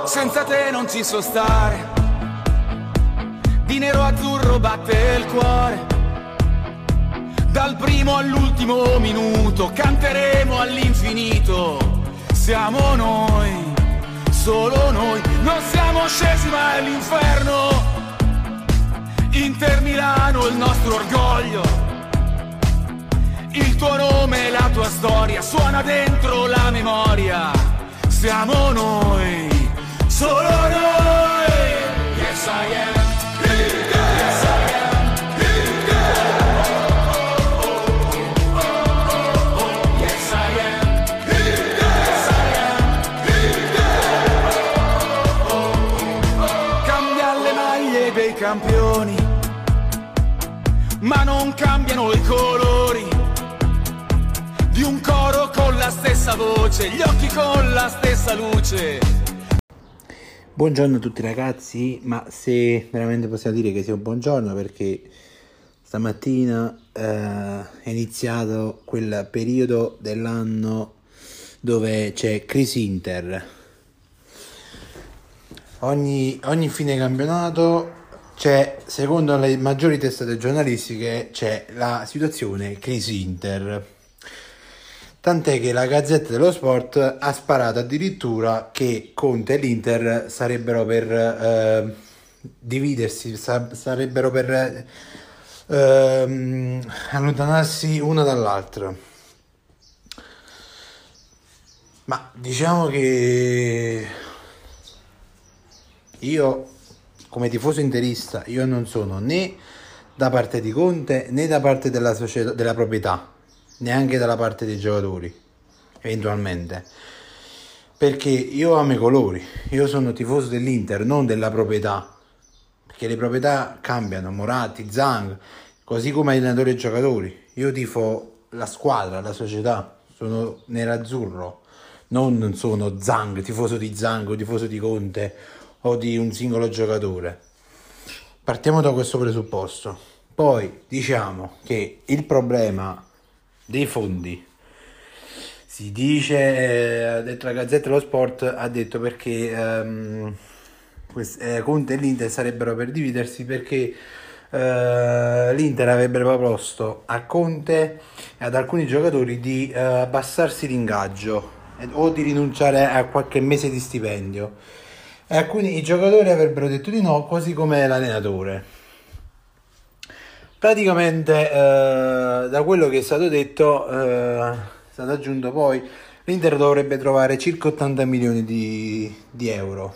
senza te non ci so stare, di nero azzurro batte il cuore, dal primo all'ultimo minuto canteremo all'infinito. Siamo noi, solo noi, non siamo scesi mai all'inferno. Inter Milano il nostro orgoglio, il tuo nome e la tua storia suona dentro la memoria. Siamo noi, solo noi. Yes I am. Yes I am. Yes I am. Yes I am. Cambia le maglie dei campioni, ma non cambiano i colori di un coro con la stessa voce, gli occhi con la stessa luce. Buongiorno a tutti ragazzi, ma se veramente possiamo dire che sia un buongiorno, perché stamattina è iniziato quel periodo dell'anno dove c'è crisi Inter. Ogni fine campionato c'è, secondo le maggiori testate giornalistiche, c'è la situazione crisi Inter. Tant'è che la Gazzetta dello Sport ha sparato addirittura che Conte e l'Inter sarebbero per dividersi, sarebbero per allontanarsi uno dall'altro. Ma diciamo che io, come tifoso interista, io non sono né da parte di Conte né da parte della società, della proprietà, neanche dalla parte dei giocatori, eventualmente, perché io amo i colori, io sono tifoso dell'Inter, non della proprietà, perché le proprietà cambiano, Moratti, Zhang, così come allenatori e giocatori. Io tifo la squadra, la società, sono nerazzurro, non sono Zhang, tifoso di Zhang o tifoso di Conte o di un singolo giocatore. Partiamo da questo presupposto. Poi diciamo che il problema dei fondi, si dice, dentro la Gazzetta dello Sport ha detto perché Conte e l'Inter sarebbero per dividersi, perché l'Inter avrebbe proposto a Conte e ad alcuni giocatori di abbassarsi l'ingaggio o di rinunciare a qualche mese di stipendio, e alcuni i giocatori avrebbero detto di no, così come l'allenatore. Praticamente da quello che è stato detto è stato aggiunto poi l'Inter dovrebbe trovare circa 80 milioni di euro,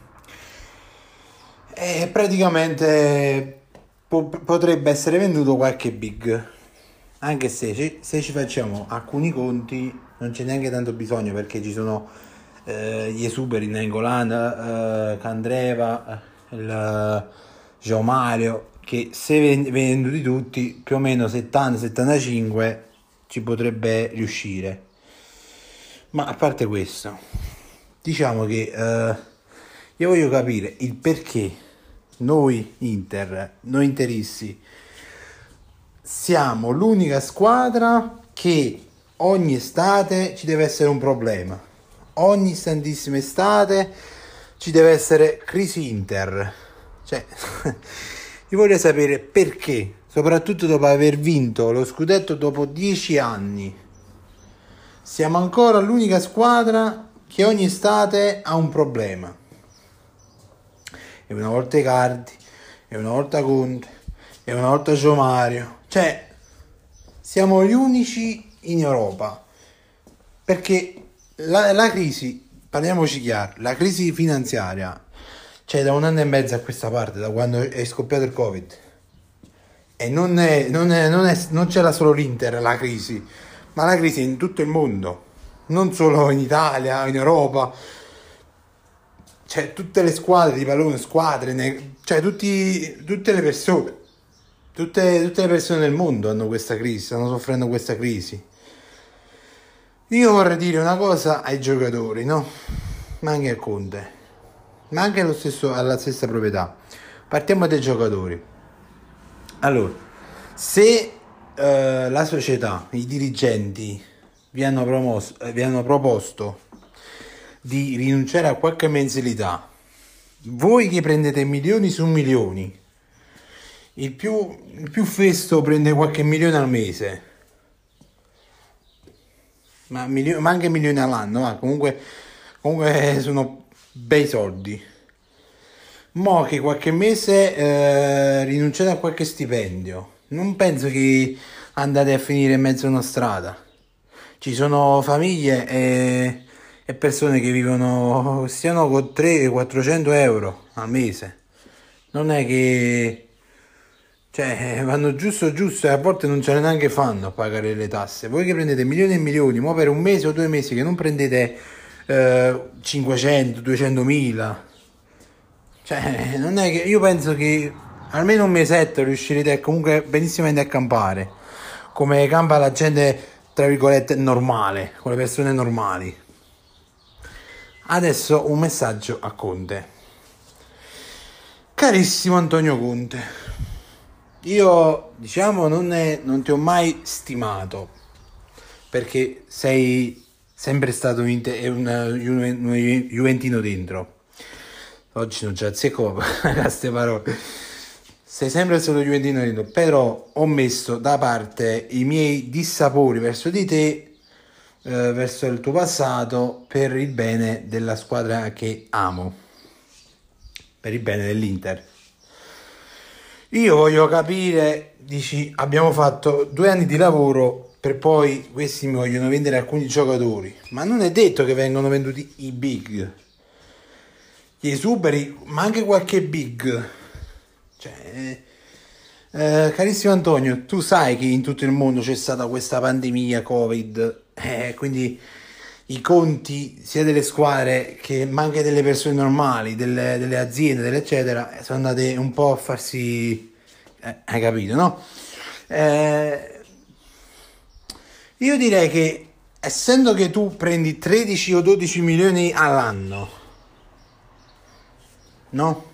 e praticamente potrebbe essere venduto qualche big, anche se ci facciamo alcuni conti non c'è neanche tanto bisogno, perché ci sono gli esuberi, Nainggolan, Candreva, il João Mario, che se venduti tutti più o meno 70-75 ci potrebbe riuscire. Ma a parte questo, diciamo che io voglio capire il perché noi interisti siamo l'unica squadra che ogni estate ci deve essere un problema, ogni tantissima estate ci deve essere crisi Inter, cioè io voglio sapere perché, soprattutto dopo aver vinto lo scudetto dopo 10 anni, siamo ancora l'unica squadra che ogni estate ha un problema. E una volta Icardi, e una volta Conte, e una volta João Mario. Cioè, siamo gli unici in Europa. Perché la crisi, parliamoci chiaro, la crisi finanziaria c'è da 1 anno e mezzo a questa parte, da quando è scoppiato il Covid. E non c'era solo l'Inter la crisi, ma la crisi in tutto il mondo, non solo in Italia, in Europa. Cioè tutte le squadre di pallone, cioè tutte le persone, tutte le persone del mondo hanno questa crisi, stanno soffrendo questa crisi. Io vorrei dire una cosa ai giocatori, no? Ma anche a Conte, ma anche alla stessa proprietà. Partiamo dai giocatori. Allora, se la società, i dirigenti vi hanno proposto di rinunciare a qualche mensilità, voi che prendete milioni su milioni, il più festo prende qualche milione al mese, ma anche milioni all'anno, ma comunque sono bei soldi. Mo che qualche mese rinunciate a qualche stipendio, non penso che andate a finire in mezzo a una strada. Ci sono famiglie e persone che vivono stiano con 300-400 euro al mese. Non è che, cioè, vanno giusto e a volte non ce ne neanche fanno a pagare le tasse. Voi che prendete milioni e milioni, ma per un mese o 2 mesi che non prendete 500, 200 mila, cioè non è che, io penso che almeno un mesetto riuscirete comunque benissimamente a campare come campa la gente, tra virgolette, normale, con le persone normali. Adesso un messaggio a Conte. Carissimo Antonio Conte, io diciamo non ti ho mai stimato, perché sei sempre stato un juventino dentro. Oggi non ci azzecco queste parole. Sei sempre stato juventino dentro, però ho messo da parte i miei dissapori verso di te, verso il tuo passato, per il bene della squadra che amo, per il bene dell'Inter. Io voglio capire, dici, abbiamo fatto 2 anni di lavoro per poi questi mi vogliono vendere alcuni giocatori, ma non è detto che vengono venduti i big, gli esuberi, ma anche qualche big. Cioè, carissimo Antonio, tu sai che in tutto il mondo c'è stata questa pandemia Covid, quindi i conti sia delle squadre che ma anche delle persone normali, delle aziende, eccetera, sono andate un po' a farsi, hai capito, no? Io direi che, essendo che tu prendi 13 o 12 milioni all'anno, no?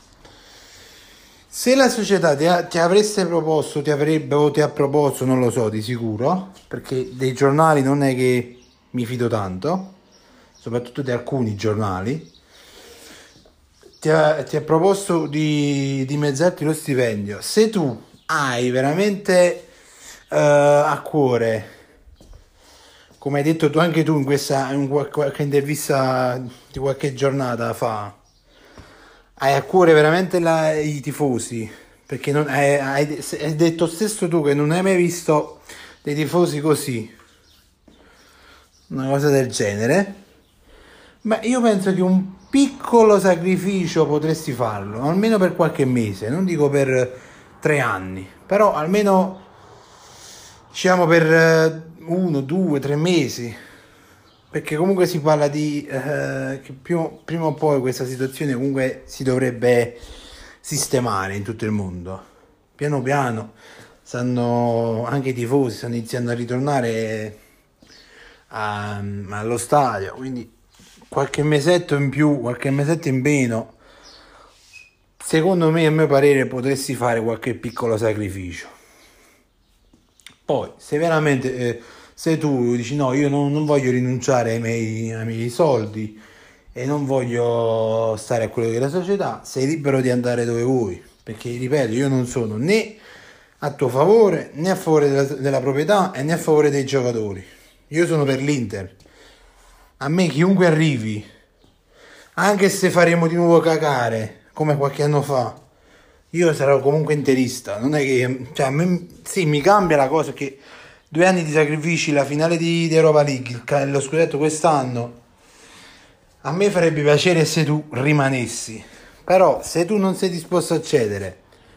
Se la società ti avreste proposto, ti ha proposto, non lo so, di sicuro, perché dei giornali non è che mi fido tanto, soprattutto di alcuni giornali, ti ha proposto di dimezzarti lo stipendio. Se tu hai veramente a cuore, come hai detto tu anche tu in qualche intervista di qualche giornata fa, hai a cuore veramente i tifosi, perché hai detto stesso tu che non hai mai visto dei tifosi così, una cosa del genere, ma io penso che un piccolo sacrificio potresti farlo, almeno per qualche mese, non dico per 3 anni, però almeno diciamo per 1, 2, 3 mesi, perché comunque si parla di che prima o poi questa situazione comunque si dovrebbe sistemare in tutto il mondo. Piano piano anche i tifosi stanno iniziando a ritornare allo stadio, quindi qualche mesetto in più, qualche mesetto in meno, secondo me, a mio parere, potresti fare qualche piccolo sacrificio. Poi se veramente se tu dici no, io non voglio rinunciare ai miei soldi e non voglio stare a quello che è la società, sei libero di andare dove vuoi, perché ripeto, io non sono né a tuo favore né a favore della proprietà e né a favore dei giocatori. Io sono per l'Inter. A me chiunque arrivi, anche se faremo di nuovo cagare come qualche anno fa, io sarò comunque interista. Non è che, cioè, a me, sì, mi cambia la cosa che 2 anni di sacrifici, la finale di Europa League, lo scudetto quest'anno, a me farebbe piacere se tu rimanessi, però se tu non sei disposto a cedere,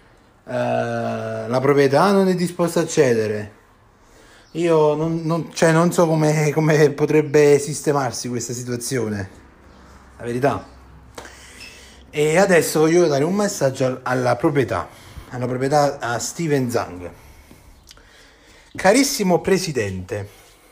la proprietà non è disposta a cedere, io non so come potrebbe sistemarsi questa situazione, la verità. E adesso voglio dare un messaggio alla proprietà, a Steven Zhang. Carissimo presidente,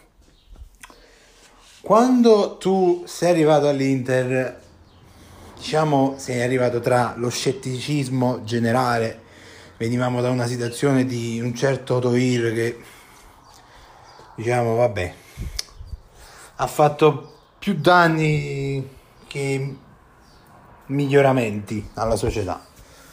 quando tu sei arrivato all'Inter, diciamo, sei arrivato tra lo scetticismo generale, venivamo da una situazione di un certo Otoir che, diciamo, vabbè, ha fatto più danni che miglioramenti alla società.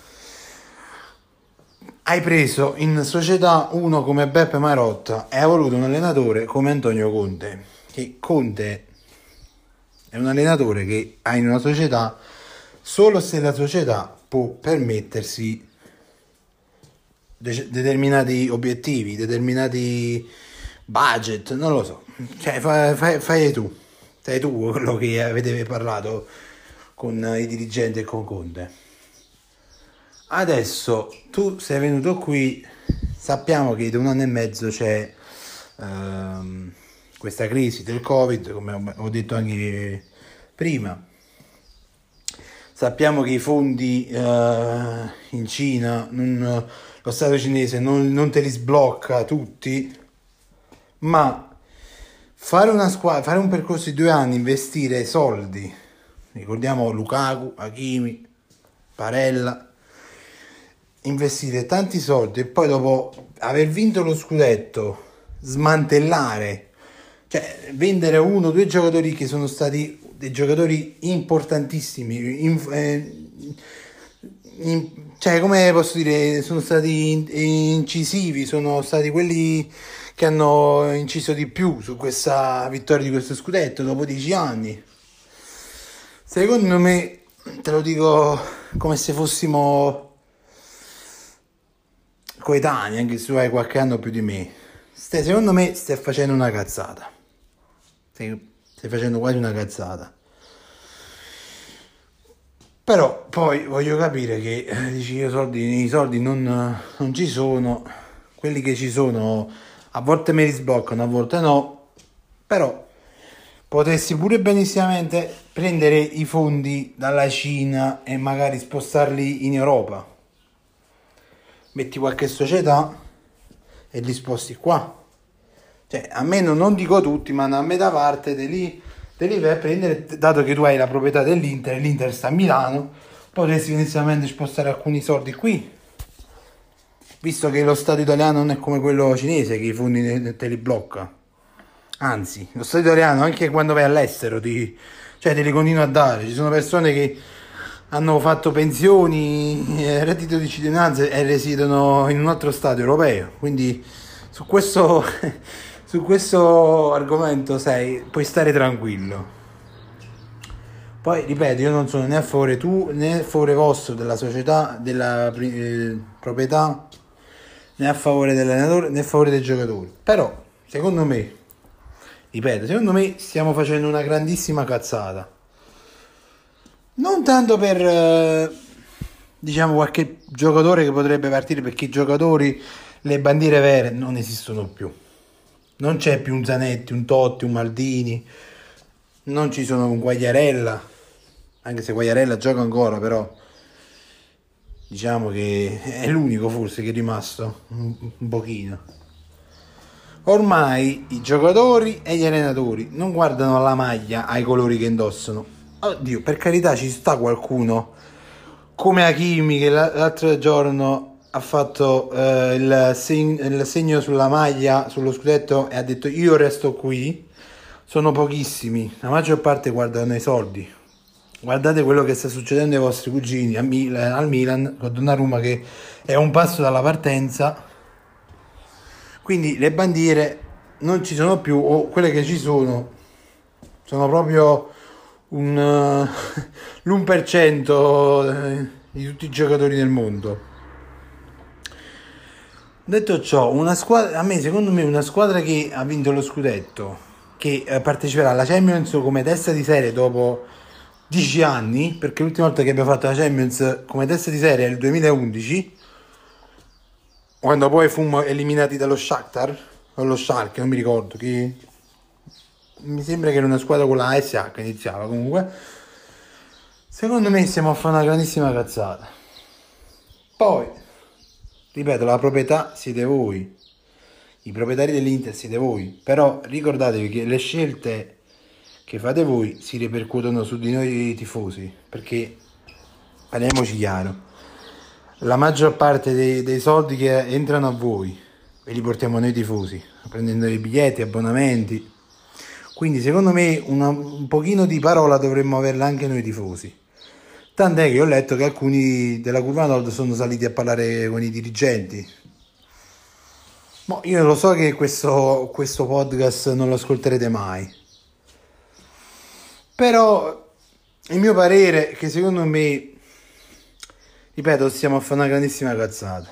Hai preso in società uno come Beppe Marotta e hai voluto un allenatore come Antonio Conte, che Conte è un allenatore che ha in una società solo se la società può permettersi determinati obiettivi, determinati budget, non lo so, cioè fai tu, sei tu quello che avete parlato con i dirigenti e con Conte. Adesso tu sei venuto qui, sappiamo che da un anno e mezzo c'è questa crisi del Covid, come ho detto anche prima. Sappiamo che i fondi in Cina, lo Stato cinese non te li sblocca tutti, ma fare una squadra, fare un percorso di 2 anni, investire soldi, ricordiamo Lukaku, Hakimi, Barella, investire tanti soldi e poi dopo aver vinto lo scudetto smantellare, cioè vendere 1 o 2 giocatori che sono stati dei giocatori importantissimi, cioè come posso dire, sono stati incisivi, sono stati quelli che hanno inciso di più su questa vittoria di questo scudetto dopo 10 anni. Secondo me, te lo dico come se fossimo coetanei, anche se tu hai qualche anno più di me, secondo me stai facendo una cazzata, stai facendo quasi una cazzata. Però poi voglio capire che dici i soldi non ci sono, quelli che ci sono a volte me li sbloccano, a volte no, però potresti pure benissimamente prendere i fondi dalla Cina e magari spostarli in Europa. Metti qualche società e li sposti qua. Cioè, a me non dico tutti, ma a metà parte te li vai a prendere, dato che tu hai la proprietà dell'Inter e l'Inter sta a Milano, potresti inizialmente spostare alcuni soldi qui. Visto che lo Stato italiano non è come quello cinese, che i fondi te li blocca. Anzi, lo Stato italiano, anche quando vai all'estero, te li continua a dare. Ci sono persone che hanno fatto pensioni, reddito di cittadinanza e risiedono in un altro stato europeo. Quindi su questo argomento puoi stare tranquillo. Poi ripeto, io non sono né a favore tu né a favore vostro della società, della proprietà, né a favore dell'allenatore né a favore dei giocatori. Però secondo me stiamo facendo una grandissima cazzata. Non tanto per qualche giocatore che potrebbe partire, perché i giocatori, le bandiere vere non esistono più. Non c'è più un Zanetti, un Totti, un Maldini, non ci sono un Quagliarella, anche se Quagliarella gioca ancora, però diciamo che è l'unico forse che è rimasto un pochino. Ormai i giocatori e gli allenatori non guardano alla maglia, ai colori che indossano. Oddio, per carità, ci sta qualcuno come Hakimi che l'altro giorno ha fatto il segno sulla maglia, sullo scudetto, e ha detto io resto qui. Sono pochissimi, la maggior parte guardano i soldi. Guardate quello che sta succedendo ai vostri cugini al Milan, con Donnarumma che è un passo dalla partenza. Quindi le bandiere non ci sono più, o quelle che ci sono proprio l'1% di tutti i giocatori del mondo. Detto ciò, secondo me una squadra che ha vinto lo scudetto, che parteciperà alla Champions come testa di serie dopo 10 anni, perché l'ultima volta che abbiamo fatto la Champions come testa di serie è il 2011, quando poi fummo eliminati dallo Shakhtar o lo Schalke, non mi ricordo, che mi sembra che era una squadra con la SH iniziava. Comunque secondo me stiamo a fare una grandissima cazzata. Poi ripeto, la proprietà siete voi, i proprietari dell'Inter siete voi, però ricordatevi che le scelte che fate voi si ripercuotono su di noi tifosi, perché parliamoci chiaro, la maggior parte dei soldi che entrano a voi ve li portiamo noi tifosi, prendendo i biglietti, abbonamenti. Quindi secondo me un pochino di parola dovremmo averla anche noi tifosi. Tant'è che ho letto che alcuni della Curva Nord sono saliti a parlare con i dirigenti. Io lo so che questo podcast non lo ascolterete mai, però il mio parere è che secondo me, ripeto, stiamo a fare una grandissima cazzata.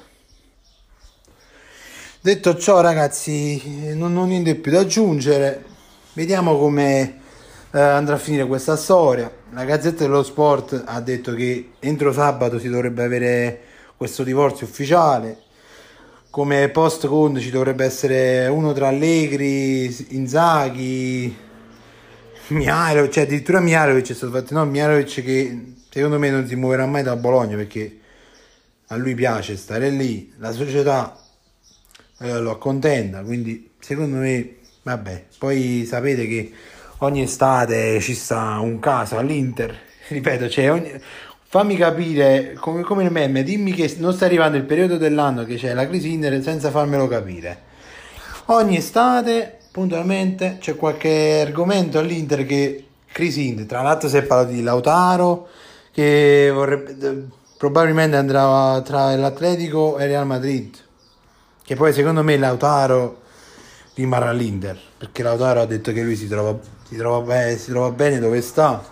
Detto ciò, ragazzi, non ho niente più da aggiungere. Vediamo come andrà a finire questa storia. La Gazzetta dello Sport ha detto che entro sabato si dovrebbe avere questo divorzio ufficiale. Come post Conte ci dovrebbe essere uno tra Allegri, Inzaghi, Mihajlovic, cioè addirittura Mihajlovic è stato fatto, no, Mihajlovic che secondo me non si muoverà mai da Bologna perché a lui piace stare lì, la società lo accontenta, quindi secondo me vabbè. Poi sapete che ogni estate ci sta un caso all'Inter, ripeto, cioè fammi capire come il meme, dimmi che non sta arrivando il periodo dell'anno che c'è la crisi Inter senza farmelo capire. Ogni estate puntualmente c'è qualche argomento all'Inter che crisi Inter. Tra l'altro si è parlato di Lautaro che probabilmente andrà tra l'Atletico e il Real Madrid, che poi secondo me Lautaro rimarrà all'Inter perché Lautaro ha detto che lui si trova bene dove sta.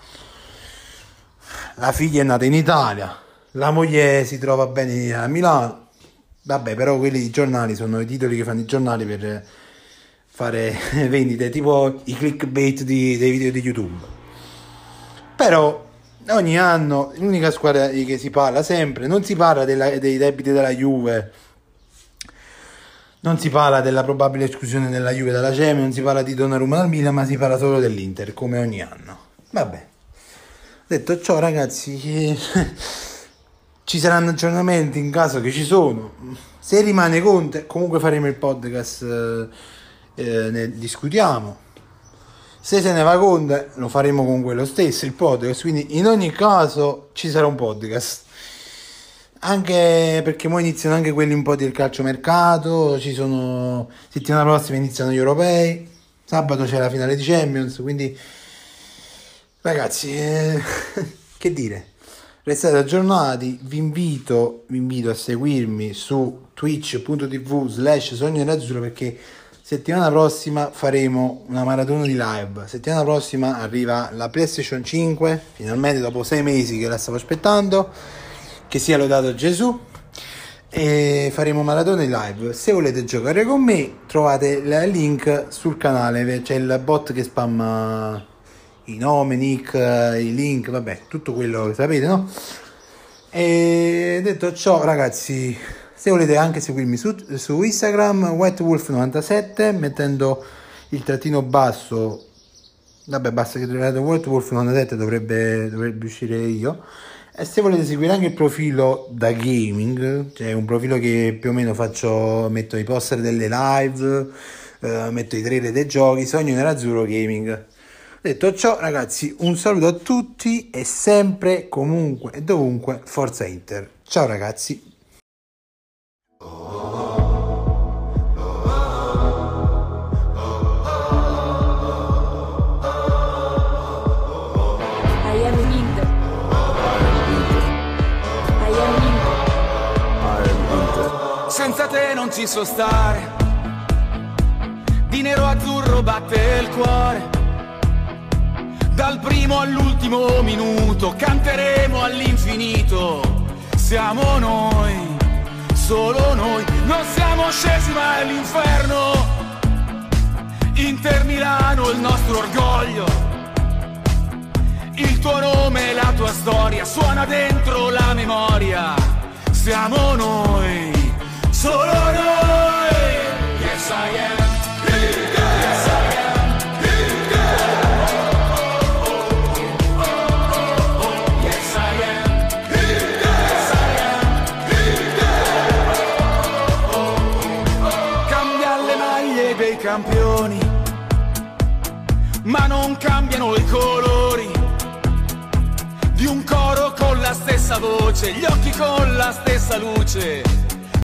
La figlia è nata in Italia, la moglie si trova bene a Milano. Vabbè, però quelli i giornali sono i titoli che fanno i giornali per fare vendite, tipo i clickbait dei video di YouTube. Però ogni anno l'unica squadra di che si parla sempre, non si parla dei debiti della Juve, non si parla della probabile esclusione della Juve dalla Champions, non si parla di Donnarumma dal Milan, ma si parla solo dell'Inter, come ogni anno. Vabbè. Detto ciò, ragazzi, ci saranno aggiornamenti in caso che ci sono. Se rimane Conte, comunque faremo il podcast, ne discutiamo. Se se ne va Conte, lo faremo con quello stesso, il podcast. Quindi in ogni caso ci sarà un podcast. Anche perché poi iniziano anche quelli un po' del calciomercato. Ci sono, settimana prossima iniziano gli europei. Sabato c'è la finale di Champions, quindi ragazzi, che dire, restate aggiornati. Vi invito a seguirmi su twitch.tv/Sogno Nerazzurro perché settimana prossima faremo una maratona di live. Settimana prossima arriva la PlayStation 5, finalmente dopo 6 mesi che la stavo aspettando, che sia lodato Gesù, e faremo maratona di live. Se volete giocare con me trovate il link sul canale, c'è il bot che spamma i nomi, nick, i link, vabbè, tutto quello che sapete, no? E detto ciò, ragazzi, se volete anche seguirmi su Instagram, WetWolf97, mettendo il trattino basso, vabbè, basta che trovate WetWolf97, dovrebbe uscire io. E se volete seguire anche il profilo da gaming, cioè un profilo che più o meno metto i poster delle live, metto i trailer dei giochi, Sogno Nerazzurro Gaming. Detto ciò, ragazzi, un saluto a tutti e sempre, comunque e dovunque, Forza Inter. Ciao ragazzi. Senza te non ci so stare, di nero azzurro batte il cuore. Dal primo all'ultimo minuto canteremo all'infinito. Siamo noi, solo noi, non siamo scesi mai all'inferno. Inter Milano, il nostro orgoglio, il tuo nome e la tua storia suona dentro la memoria. Siamo noi, solo noi. Yes I am. Yes I am. Yes I am. Yes I am. Cambia le maglie dei campioni, ma non cambiano i colori di un coro con la stessa voce, gli occhi con la stessa luce.